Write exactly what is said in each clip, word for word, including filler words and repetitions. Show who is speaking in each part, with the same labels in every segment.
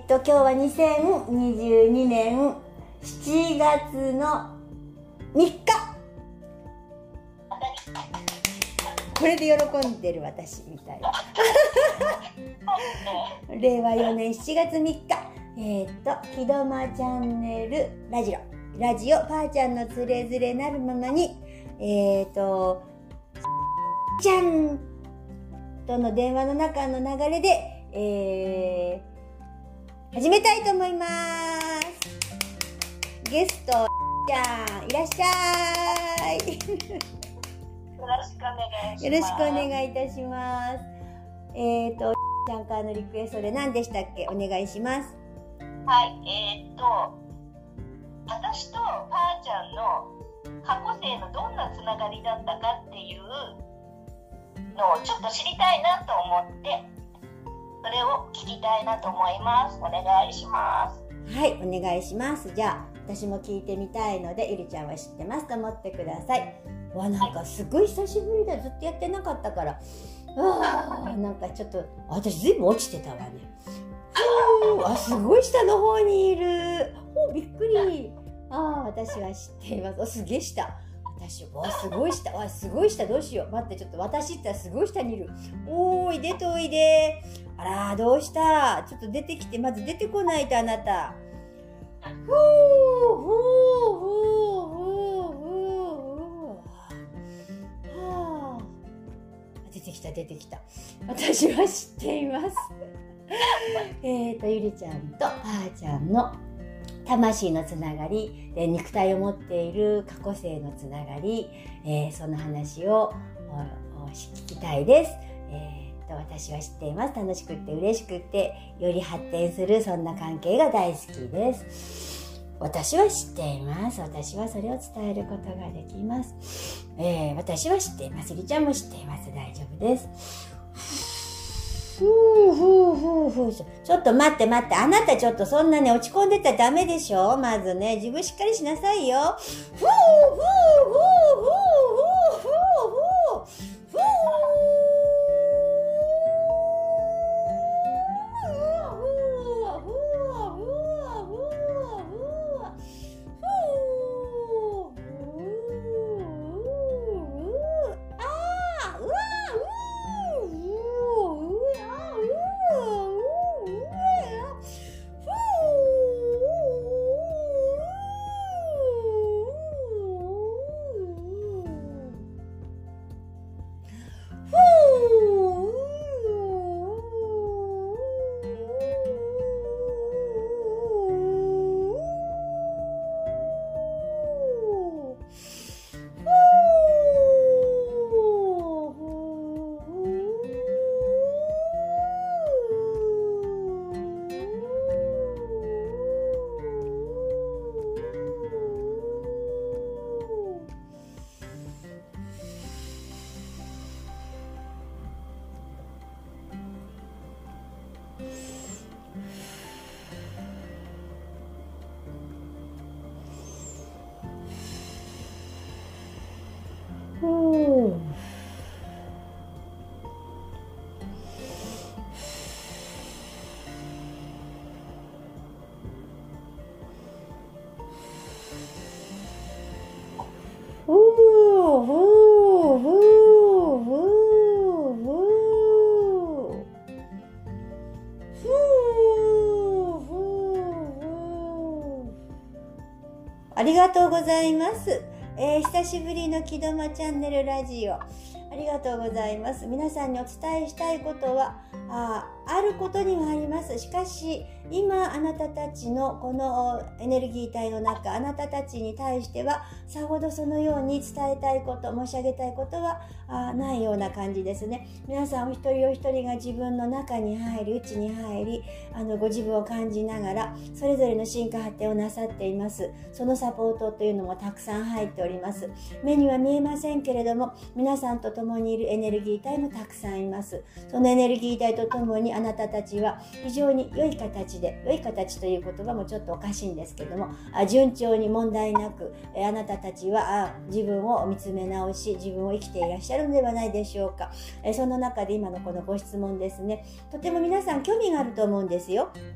Speaker 1: と今日はにせんにじゅうにねんしちがつのみっか。これで喜んでる私みたいなれいわよねんしちがつみっか、えー、っと「きどまチャンネルラジオ」ラジオ「ぱーちゃんのつれづれなるままに」えー、っとちゃんとの電話の中の流れで、えー、始めたいと思います。ゲストちゃんいらっしゃい
Speaker 2: よろしくお願いします。
Speaker 1: よろしくお願いいたします。えっと、ちゃんからのリクエストで何でしたっけ？お願いします。
Speaker 2: はい、えー、っと、私とぱーちゃんの過去生のどんなつながりだったかっていうのをちょっと知りたいなと思って、それを聞きたいなと思います。お願いします。
Speaker 1: はい、お願いします。じゃあ、私も聞いてみたいので、ゆりちゃんは知ってますと思ってください。わ、なんかすごい久しぶりだ。ずっとやってなかったから。あなんかちょっと私ずいぶん落ちてたわね。ふー、あ、すごい下の方にいる。お、びっくり。あ、私は知っています。お、すげえ下。私、わ、すごい下。わ、すごい下。どうしよう。待って、ちょっと私ってすごい下にいる。おーい、出ておいで。あら、どうした。ちょっと出てきて、まず出てこないとあなた。ふー、ふー、ふー、ふー、ふー。はあ、出てきた出てきた。私は知っていますえっとゆりちゃんとぱーちゃんの魂のつながりで、肉体を持っている過去生のつながり、えー、その話を聞きたいです。えー、と私は知っています。楽しくって嬉しくってより発展する、そんな関係が大好きです。私は知っています。私はそれを伝えることができます。えー、私は知っています。りちゃんも知っています。大丈夫です。ふうふうふうふう。ちょっと待って待って。あなたちょっとそんなね、落ち込んでたらダメでしょ。まずね、自分しっかりしなさいよ。ふうふうふうふうふうふうふうふう。ありがとうございます。えー、久しぶりのきどまチャンネルラジオ。ありがとうございます。皆さんにお伝えしたいことはああることにはあります。しかし今あなたたちのこのエネルギー体の中、あなたたちに対してはさほどそのように伝えたいこと、申し上げたいことはあないような感じですね。皆さんお一人お一人が自分の中に入り、内に入り、あのご自分を感じながらそれぞれの進化発展をなさっています。そのサポートというのもたくさん入っております。目には見えませんけれども、皆さんと共にいるエネルギー体もたくさんいます。そのエネルギー体と共にあなたたちは非常に良い形で、良い形という言葉もちょっとおかしいんですけども、順調に問題なくあなたたちは自分を見つめ直し、自分を生きていらっしゃるのではないでしょうか。その中で今のこのご質問ですね、とても皆さん興味があると思うんですよ。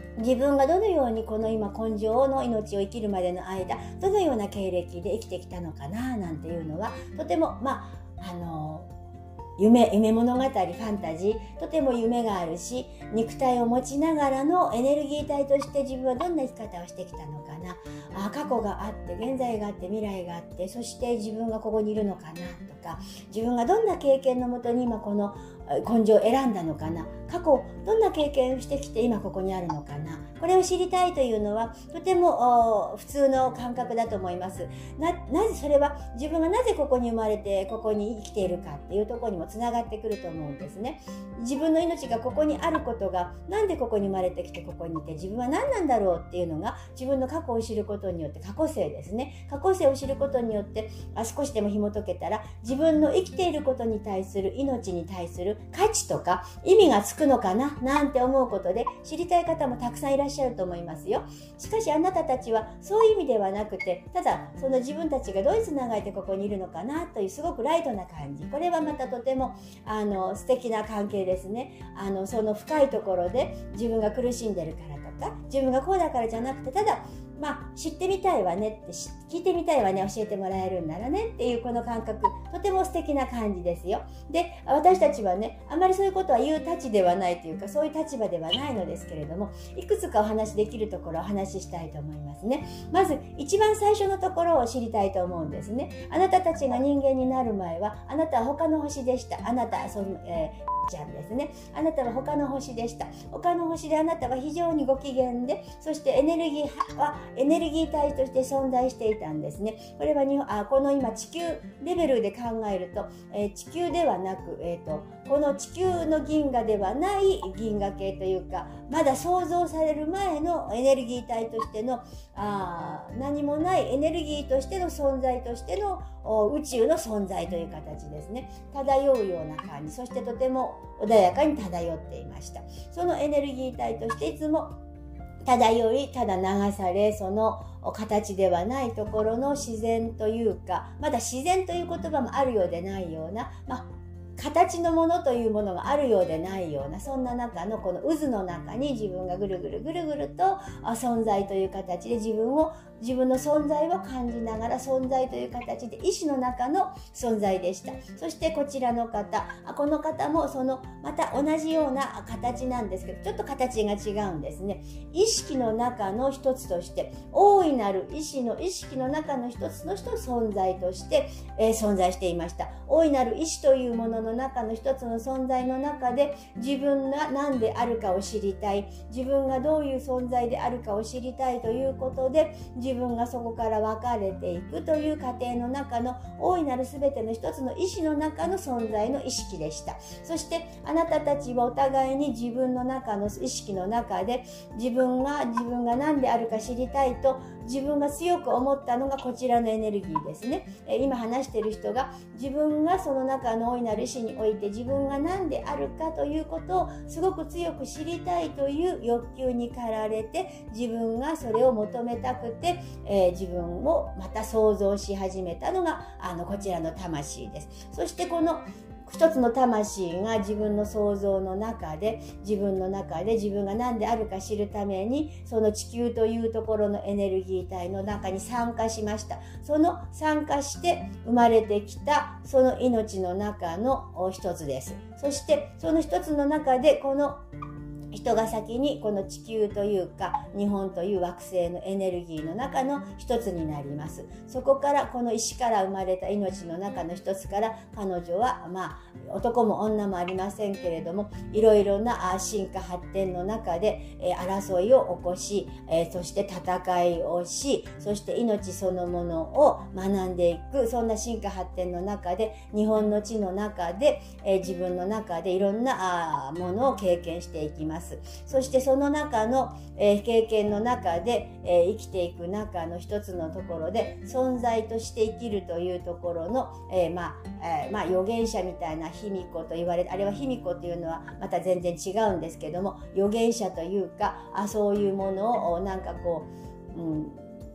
Speaker 1: 自分がどのようにこの今根性の命を生きるまでの間どのような経歴で生きてきたのかななんていうのはとてもまああの夢、夢物語、ファンタジー、とても夢があるし、肉体を持ちながらのエネルギー体として自分はどんな生き方をしてきたのかな。あ、過去があって、現在があって、未来があって、そして自分がここにいるのかなとか、自分がどんな経験のもとに今この根性を選んだのかな。過去、どんな経験をしてきて今ここにあるのかな。これを知りたいというのは、とても普通の感覚だと思います。な、なぜそれは自分がなぜここに生まれて、ここに生きているかっていうところにもつながってくると思うんですね。自分の命がここにあることが、なんでここに生まれてきてここにいて、自分は何なんだろうっていうのが、自分の過去を知ることによって、過去性ですね。過去性を知ることによって、あ、少しでも紐解けたら、自分の生きていることに対する、命に対する価値とか意味がつくのかな、なんて思うことで、知りたい方もたくさんいらっしゃると思いますよ。しかしあなたたちはそういう意味ではなくて、ただその自分たちがどういうつながりでここにいるのかなというすごくライトな感じ。これはまたとてもあの素敵な関係ですね。あのその深いところで自分が苦しんでるからとか、自分がこうだからじゃなくて、ただまあ、知ってみたいわねって、聞いてみたいわね、教えてもらえるんならねっていうこの感覚、とても素敵な感じですよ。で、私たちはね、あまりそういうことは言うたちではないというか、そういう立場ではないのですけれども、いくつかお話できるところをお話ししたいと思いますね。まず、一番最初のところを知りたいと思うんですね。あなたたちが人間になる前は、あなたは他の星でした。あなた、その、えーちゃんですね。あなたは他の星でした。他の星であなたは非常にご機嫌で、そしてエネルギーはエネルギー体として存在していたんですね。これは日本あこの今地球レベルで考えると、えー、地球ではなく、えーと、この地球の銀河ではない銀河系というか、まだ想像される前のエネルギー体としてのあ何もないエネルギーとしての存在としての宇宙の存在という形ですね。漂うような感じ、そしてとても穏やかに漂っていました。そのエネルギー体としていつも漂い、ただ流され、その形ではないところの自然というか、まだ自然という言葉もあるようでないような、まあ形のものというものがあるようでないような、そんな中のこの渦の中に自分がぐるぐるぐるぐると存在という形で自分を自分の存在を感じながら、存在という形で意志の中の存在でした。そしてこちらの方、この方もそのまた同じような形なんですけど、ちょっと形が違うんですね。意識の中の一つとして、大いなる意志の意識の中の一つの人存在として、えー、存在していました。大いなる意志というものの中の一つの存在の中で、自分が何であるかを知りたい、自分がどういう存在であるかを知りたいということで、自分がそこから分かれていくという過程の中の大いなる全ての一つの意志の中の存在の意識でした。そしてあなたたちはお互いに自分の中の意識の中で、自分が自分が何であるか知りたいと自分が強く思ったのがこちらのエネルギーですね。え今話している人が自分がその中の大いなる意志において自分が何であるかということをすごく強く知りたいという欲求に駆られて、自分がそれを求めたくて、えー、自分をまた想像し始めたのがあのこちらの魂です。そしてこの一つの魂が自分の想像の中で、自分の中で自分が何であるか知るために、その地球というところのエネルギー体の中に参加しました。その参加して生まれてきたその命の中の一つです。そしてその一つの中で、この人が先にこの地球というか日本という惑星のエネルギーの中の一つになります。そこからこの石から生まれた命の中の一つから彼女はまあ男も女もありませんけれども、いろいろな進化発展の中で争いを起こし、そして戦いをし、そして命そのものを学んでいく、そんな進化発展の中で日本の地の中で自分の中でいろんなものを経験していきます。そしてその中の、えー、経験の中で、えー、生きていく中の一つのところで存在として生きるというところの、えー、まあ、えー、まあ預言者みたいな卑弥呼と言われて、あれは卑弥呼というのはまた全然違うんですけども、預言者というか、あそういうものをなんかこう、うん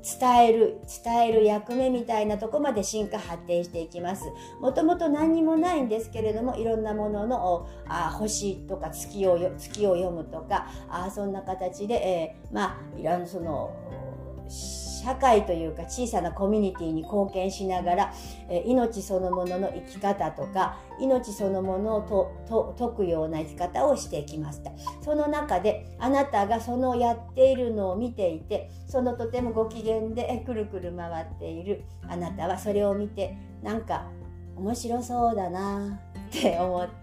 Speaker 1: 伝える伝える役目みたいなとこまで進化発展していきます。もともと何にもないんですけれども、いろんなもののあ星とか月を月を読むとか、あそんな形で、えー、まあいろんなその社会というか小さなコミュニティに貢献しながら、えー、命そのものの生き方とか命そのものをとと説くような生き方をしてきました。その中であなたがそのやっているのを見ていて、そのとてもご機嫌でくるくる回っているあなたはそれを見て、なんか面白そうだなって思って、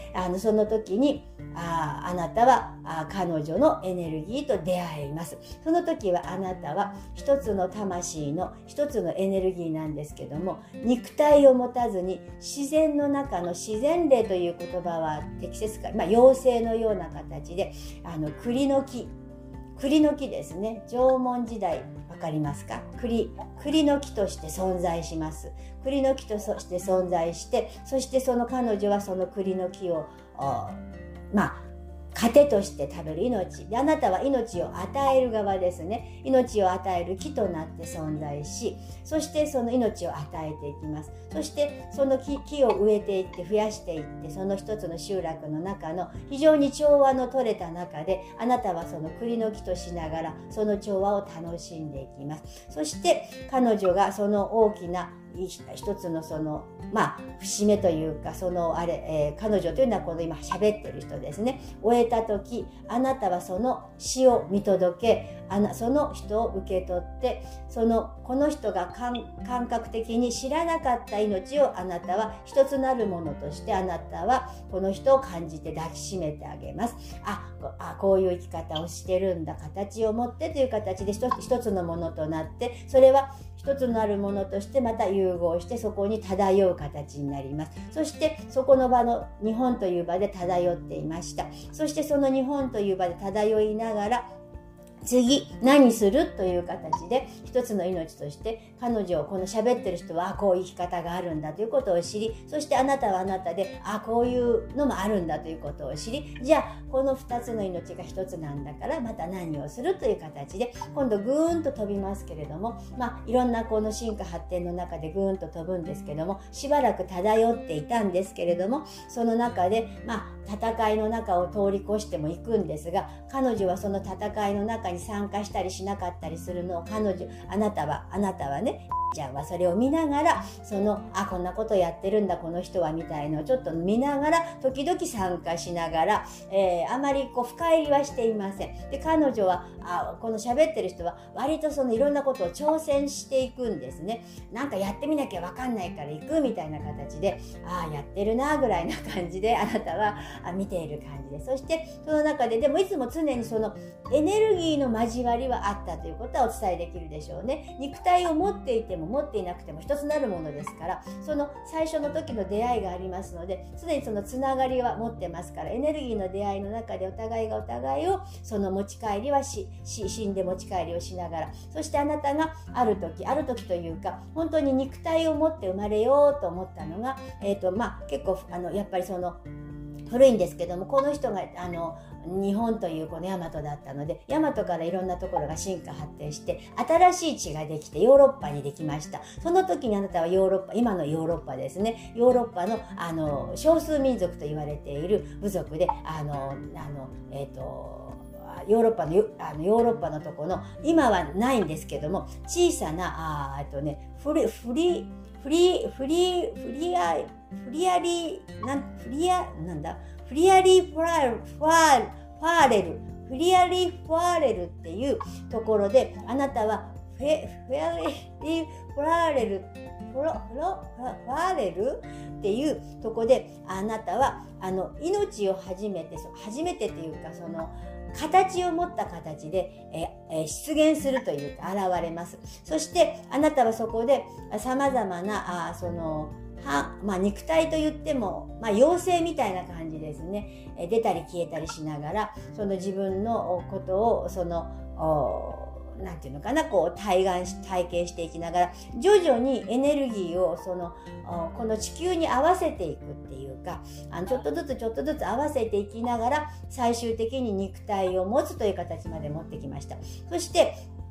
Speaker 1: あのその時にああなたはあ彼女のエネルギーと出会います。その時はあなたは一つの魂の一つのエネルギーなんですけども、肉体を持たずに自然の中の自然霊という言葉は適切か、まあ、妖精のような形で、あの栗の木栗の木ですね。縄文時代わかりますか？栗栗の木として存在します。栗の木として存在して、そしてその彼女はその栗の木をまあ糧として食べる命で、あなたは命を与える側ですね。命を与える木となって存在し、そしてその命を与えていきます。そしてその 木, 木を植えていって増やしていって、その一つの集落の中の非常に調和の取れた中で、あなたはその栗の木としながらその調和を楽しんでいきます。そして彼女がその大きな一つのそのまあ節目というか、そのあれ、えー、彼女というのはこの今喋ってる人ですね。終えた時、あなたはその死を見届け、あなその人を受け取って、そのこの人が感覚的に知らなかった命をあなたは一つなるものとして、あなたはこの人を感じて抱きしめてあげます。ああこういう生き方をしてるんだ、形を持ってという形で一つ一つのものとなって、それは一つなるものとしてまた融合して、そこに漂う形になります。そしてそこの場の日本という場で漂っていました。そしてその日本という場で漂いながら、次何するという形で一つの命として彼女を、この喋ってる人はこういう生き方があるんだということを知り、そしてあなたはあなたであこういうのもあるんだということを知り、じゃあこの二つの命が一つなんだからまた何をするという形で今度ぐーんと飛びますけれども、まあいろんなこの進化発展の中でぐーんと飛ぶんですけども、しばらく漂っていたんですけれども、その中でまあ戦いの中を通り越しても行くんですが、彼女はその戦いの中に参加したりしなかったりするのを彼女あなたはあなたはねちゃんはそれを見ながら、そのあこんなことやってるんだこの人はみたいのをちょっと見ながら、時々参加しながら、えー、あまりこう深入りはしていません。で彼女はあこの喋ってる人は割とそのいろんなことを挑戦していくんですね。なんかやってみなきゃ分かんないから行くみたいな形で、ああやってるなぐらいな感じであなたはあ見ている感じで、そしてその中ででもいつも常にそのエネルギーの交わりはあったということはお伝えできるでしょうね。肉体を持っていても持っていなくても一つなるものですから、その最初の時の出会いがありますので、常にそのつながりは持ってますから、エネルギーの出会いの中でお互いがお互いをその持ち帰りはしし死んで持ち帰りをしながら、そしてあなたがある時ある時というか本当に肉体を持って生まれようと思ったのが、えーとまあ、結構あのやっぱりその古いんですけども、この人があの日本というこの大和だったので、大和からいろんなところが進化発展して新しい地ができてヨーロッパにできました。その時にあなたはヨーロッパ、今のヨーロッパですね、ヨーロッパのあの少数民族と言われている部族で、あのあのえっ、ー、とヨーロッパのあのヨーロッパのところの今はないんですけども、小さなあえっとねフリフリフリフリフリアフリアリなんフリアなんだフリアリファーファーファーレルフリアリファーレルっていうところで、あなたはフェフェアリファーレルフロフロファーレルっていうところで、あなたはあの命を初めて初めてっていうかその形を持った形で、ええ出現するというか現れます。そしてあなたはそこでさまざまなあそのは、まあ、肉体と言っても、まあ、妖精みたいな感じですね。え出たり消えたりしながら、その自分のことをそのなんていうのかな、こう体感し体験していきながら、徐々にエネルギーをそのこの地球に合わせていくっていうか、あのちょっとずつちょっとずつ合わせていきながら最終的に肉体を持つという形まで持ってきました。そして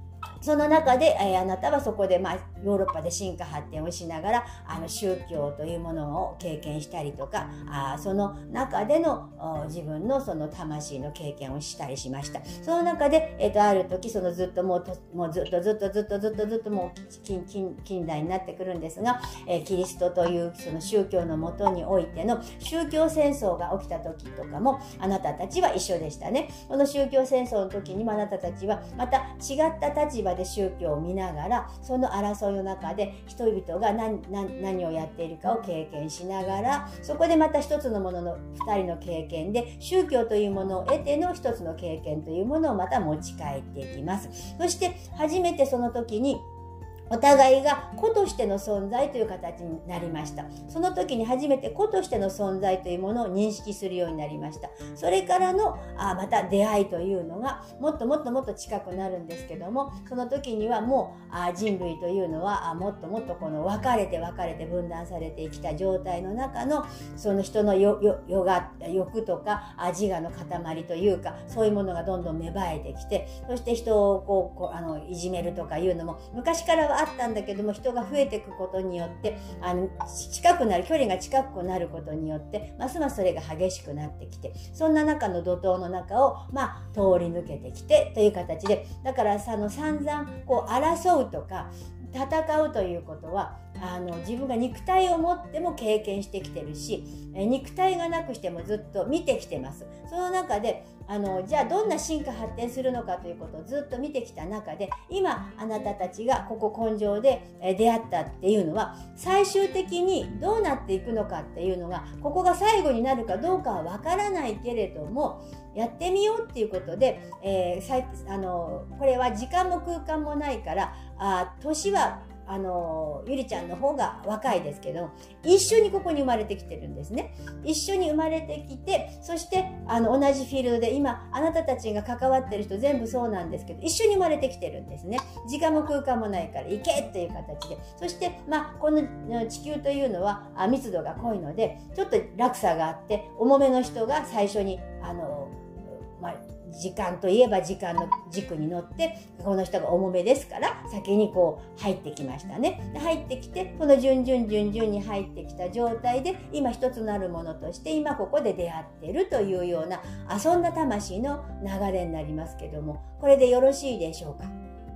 Speaker 1: その中で、えー、あなたはそこで、まあ、ヨーロッパで進化発展をしながらあの宗教というものを経験したりとか、あその中での自分のその魂の経験をしたりしました。その中で、えー、とある時そのずっともうともうずっとずっとずっとずっとずっともう 近, 近, 近代になってくるんですが、えー、キリストというその宗教のもとにおいての宗教戦争が起きた時とかもあなたたちは一緒でしたね。この宗教戦争の時にもあなたたちはまた違った立場で宗教を見ながら、その争いの中で人々が 何, 何, 何をやっているかを経験しながら、そこでまた一つのものの二人の経験で宗教というものを得ての一つの経験というものをまた持ち帰っていきます。そして初めてその時にお互いが子としての存在という形になりました。その時に初めて子としての存在というものを認識するようになりました。それからのあまた出会いというのがもっともっともっと近くなるんですけども、その時にはもうあ人類というのはあもっともっとこの分かれて分かれて分断されてきた状態の中のその人のよよよが欲とかあ自我の塊というか、そういうものがどんどん芽生えてきて、そして人をこうこうあのいじめるとかいうのも昔からはあったんだけども、人が増えていくことによってあの近くなる距離が近くなることによってますますそれが激しくなってきて、そんな中の怒涛の中を、まあ、通り抜けてきてという形で、だからさの散々こう争うとか戦うということはあの自分が肉体を持っても経験してきてるし、肉体がなくしてもずっと見てきてます。その中であのじゃあどんな進化発展するのかということをずっと見てきた中で、今あなたたちがここ根性で出会ったっていうのは最終的にどうなっていくのかっていうのが、ここが最後になるかどうかはわからないけれどもやってみようっていうことで、えー、あのこれは時間も空間もないからあ年はあのゆりちゃんの方が若いですけど、一緒にここに生まれてきてるんですね。一緒に生まれてきて、そしてあの同じフィールドで今あなたたちが関わってる人全部そうなんですけど、一緒に生まれてきてるんですね。時間も空間もないから行けっていう形で、そしてまあこの地球というのは密度が濃いのでちょっと落差があって、重めの人が最初にあのまあ時間といえば時間の軸に乗って、この人が重めですから先にこう入ってきましたね。で入ってきて、この順々順々に入ってきた状態で今一つなるものとして今ここで出会っているというような、あそんな魂の流れになりますけども、これでよろしいでしょうか。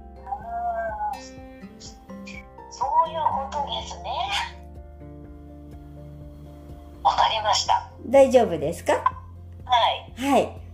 Speaker 2: そういうことですね。わかりました。
Speaker 1: 大丈夫ですか？
Speaker 2: はい。
Speaker 1: はい。